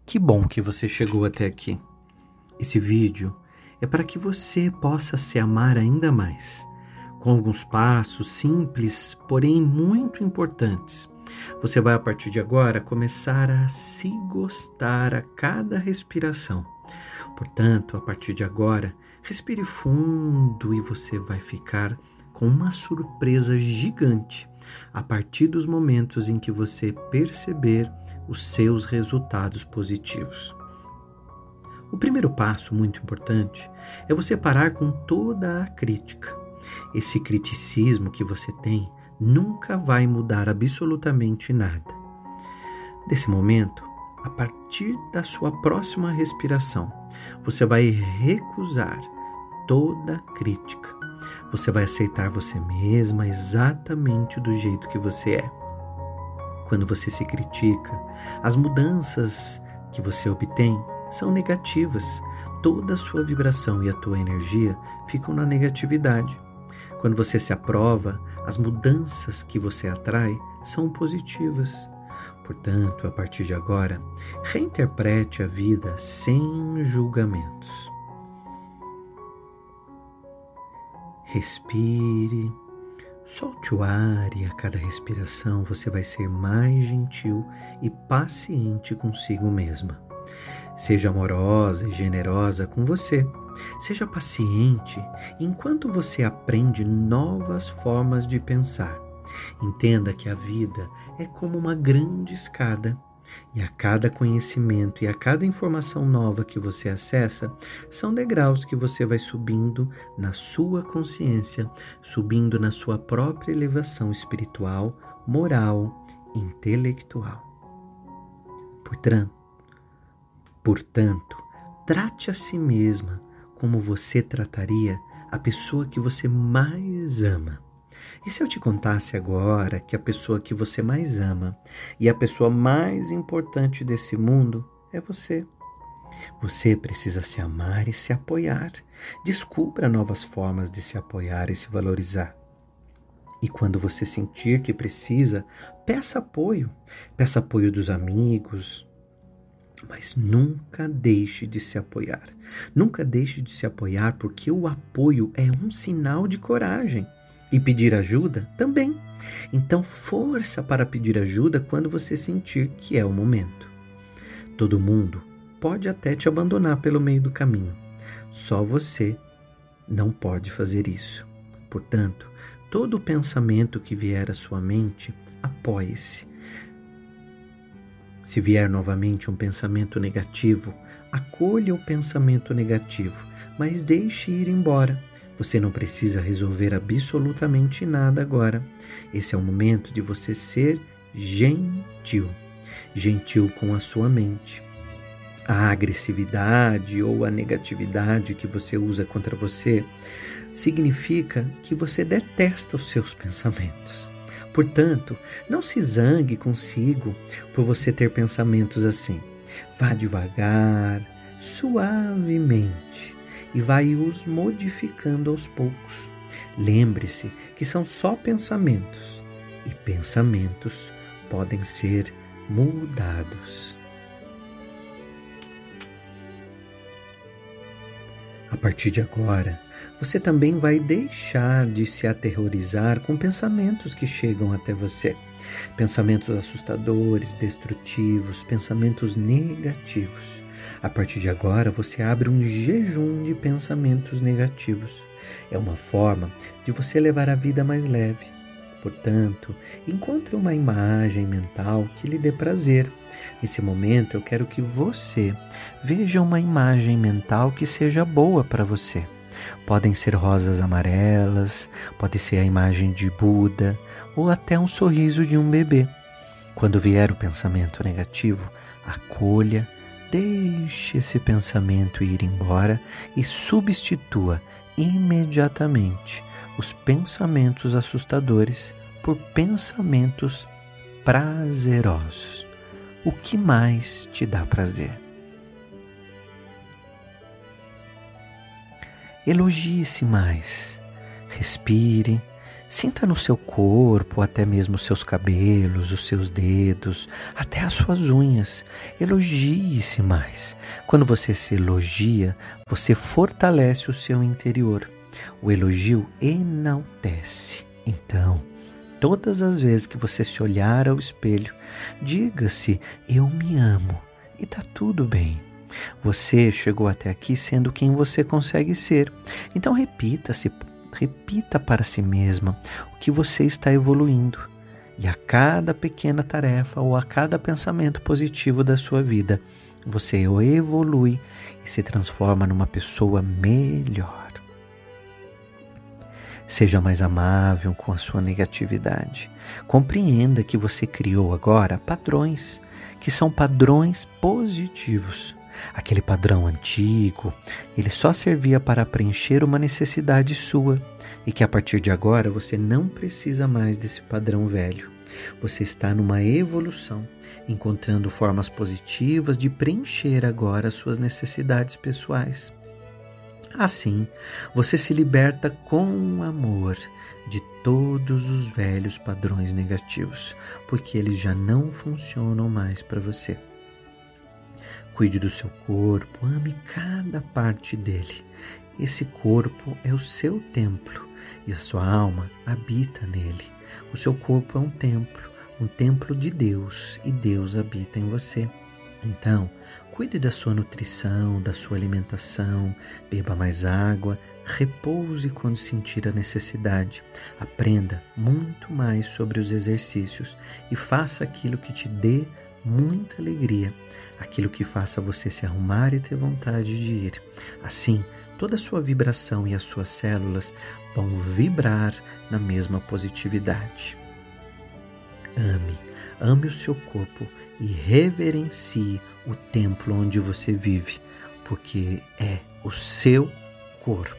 Que bom que você chegou até aqui. Esse vídeo é para que você possa se amar ainda mais, com alguns passos simples, porém muito importantes. Você vai, a partir de agora, começar a se gostar a cada respiração. Portanto, a partir de agora, respire fundo e você vai ficar com uma surpresa gigante a partir dos momentos em que você perceber os seus resultados positivos. O primeiro passo, muito importante, é você parar com toda a crítica. Esse criticismo que você tem nunca vai mudar absolutamente nada. Desse momento, a partir da sua próxima respiração, você vai recusar toda crítica. Você vai aceitar você mesma exatamente do jeito que você é. Quando você se critica, as mudanças que você obtém são negativas. Toda a sua vibração e a tua energia ficam na negatividade. Quando você se aprova, as mudanças que você atrai são positivas. Portanto, a partir de agora, reinterprete a vida sem julgamentos. Respire, solte o ar e a cada respiração você vai ser mais gentil e paciente consigo mesma. Seja amorosa e generosa com você. Seja paciente enquanto você aprende novas formas de pensar. Entenda que a vida é como uma grande escada e a cada conhecimento e a cada informação nova que você acessa são degraus que você vai subindo na sua consciência, subindo na sua própria elevação espiritual, moral, intelectual. Portanto, trate a si mesma como você trataria a pessoa que você mais ama. E se eu te contasse agora que a pessoa que você mais ama e a pessoa mais importante desse mundo é você? Você precisa se amar e se apoiar. Descubra novas formas de se apoiar e se valorizar. E quando você sentir que precisa, peça apoio. Peça apoio dos amigos. Mas nunca deixe de se apoiar. Nunca deixe de se apoiar, porque o apoio é um sinal de coragem. E pedir ajuda também. Então, força para pedir ajuda quando você sentir que é o momento. Todo mundo pode até te abandonar pelo meio do caminho. Só você não pode fazer isso. Portanto, todo pensamento que vier à sua mente, apoie-se. Se vier novamente um pensamento negativo, acolha o pensamento negativo, mas deixe ir embora. Você não precisa resolver absolutamente nada agora. Esse é o momento de você ser gentil. Gentil com a sua mente. A agressividade ou a negatividade que você usa contra você significa que você detesta os seus pensamentos. Portanto, não se zangue consigo por você ter pensamentos assim. Vá devagar, suavemente, e vai os modificando aos poucos. Lembre-se que são só pensamentos, e pensamentos podem ser mudados. A partir de agora, você também vai deixar de se aterrorizar com pensamentos que chegam até você. Pensamentos assustadores, destrutivos, pensamentos negativos. A partir de agora, você abre um jejum de pensamentos negativos. É uma forma de você levar a vida mais leve. Portanto, encontre uma imagem mental que lhe dê prazer. Nesse momento, eu quero que você veja uma imagem mental que seja boa para você. Podem ser rosas amarelas, pode ser a imagem de Buda ou até um sorriso de um bebê. Quando vier o pensamento negativo, acolha, deixe esse pensamento ir embora e substitua imediatamente os pensamentos assustadores por pensamentos prazerosos. O que mais te dá prazer? Elogie-se mais. Respire, Sinta no seu corpo, até mesmo os seus cabelos, os seus dedos, até as suas unhas. Elogie-se mais. Quando você se elogia, você fortalece o seu interior. O elogio enaltece. Então, todas as vezes que você se olhar ao espelho, diga-se: eu me amo e tá tudo bem. Você chegou até aqui sendo quem você consegue ser. Então repita para si mesma o que você está evoluindo. E a cada pequena tarefa ou a cada pensamento positivo da sua vida, você evolui e se transforma numa pessoa melhor. Seja mais amável com a sua negatividade. Compreenda que você criou agora padrões, que são padrões positivos. Aquele padrão antigo, ele só servia para preencher uma necessidade sua e que a partir de agora você não precisa mais desse padrão velho. Você está numa evolução, encontrando formas positivas de preencher agora as suas necessidades pessoais. Assim, você se liberta com amor de todos os velhos padrões negativos, porque eles já não funcionam mais para você. Cuide do seu corpo, ame cada parte dele. Esse corpo é o seu templo e a sua alma habita nele. O seu corpo é um templo de Deus, e Deus habita em você. Então, cuide da sua nutrição, da sua alimentação, beba mais água, repouse quando sentir a necessidade. Aprenda muito mais sobre os exercícios e faça aquilo que te dê muita alegria, aquilo que faça você se arrumar e ter vontade de ir. Assim, toda a sua vibração e as suas células vão vibrar na mesma positividade. Ame o seu corpo e reverencie o templo onde você vive, porque é o seu corpo.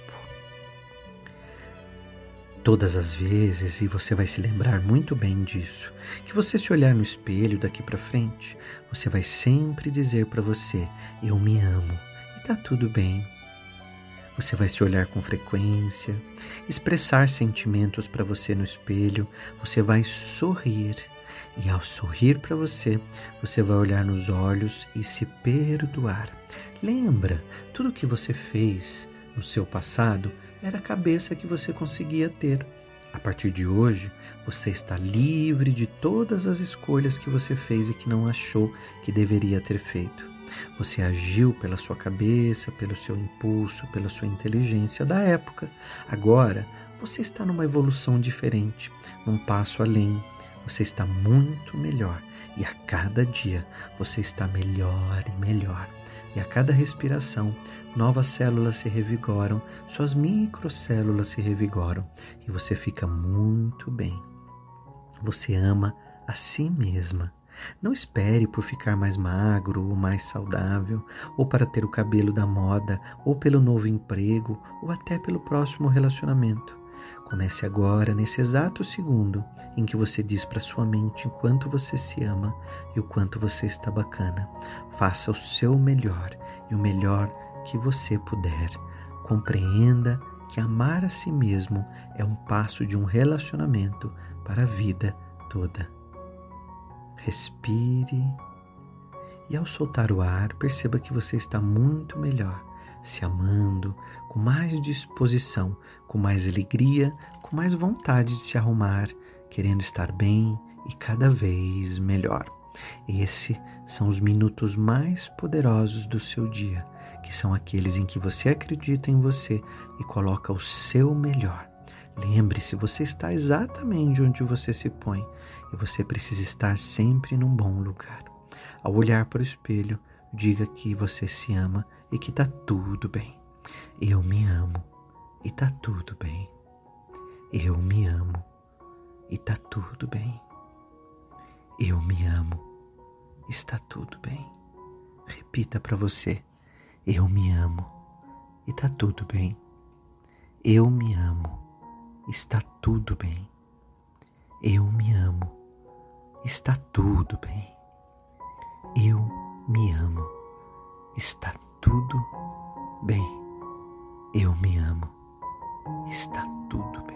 Todas as vezes, e você vai se lembrar muito bem disso, que você se olhar no espelho daqui para frente, você vai sempre dizer para você: eu me amo e tá tudo bem. Você vai se olhar com frequência, expressar sentimentos para você no espelho, você vai sorrir. E ao sorrir para você, você vai olhar nos olhos e se perdoar. Lembra, tudo que você fez no seu passado era a cabeça que você conseguia ter. A partir de hoje, você está livre de todas as escolhas que você fez e que não achou que deveria ter feito. Você agiu pela sua cabeça, pelo seu impulso, pela sua inteligência da época. Agora, você está numa evolução diferente, num passo além. Você está muito melhor e a cada dia você está melhor e melhor. E a cada respiração, novas células se revigoram, suas microcélulas se revigoram e você fica muito bem. Você ama a si mesma. Não espere por ficar mais magro ou mais saudável, ou para ter o cabelo da moda, ou pelo novo emprego, ou até pelo próximo relacionamento. Comece agora, nesse exato segundo, em que você diz para sua mente o quanto você se ama e o quanto você está bacana. Faça o seu melhor e o melhor que você puder. Compreenda que amar a si mesmo é um passo de um relacionamento para a vida toda. Respire e, ao soltar o ar, perceba que você está muito melhor, se amando, com mais disposição, com mais alegria, com mais vontade de se arrumar, querendo estar bem e cada vez melhor. Esses são os minutos mais poderosos do seu dia, que são aqueles em que você acredita em você e coloca o seu melhor. Lembre-se, você está exatamente onde você se põe e você precisa estar sempre num bom lugar. Ao olhar para o espelho, diga que você se ama e que está tudo bem. Eu me amo e está tudo bem. Eu me amo e está tudo bem. Eu me amo, está tudo bem. Repita para você: eu me amo e está tudo bem. Eu me amo, está tudo bem. Eu me amo, está tudo bem. Eu me amo, está tudo bem. Eu me amo, está tudo bem.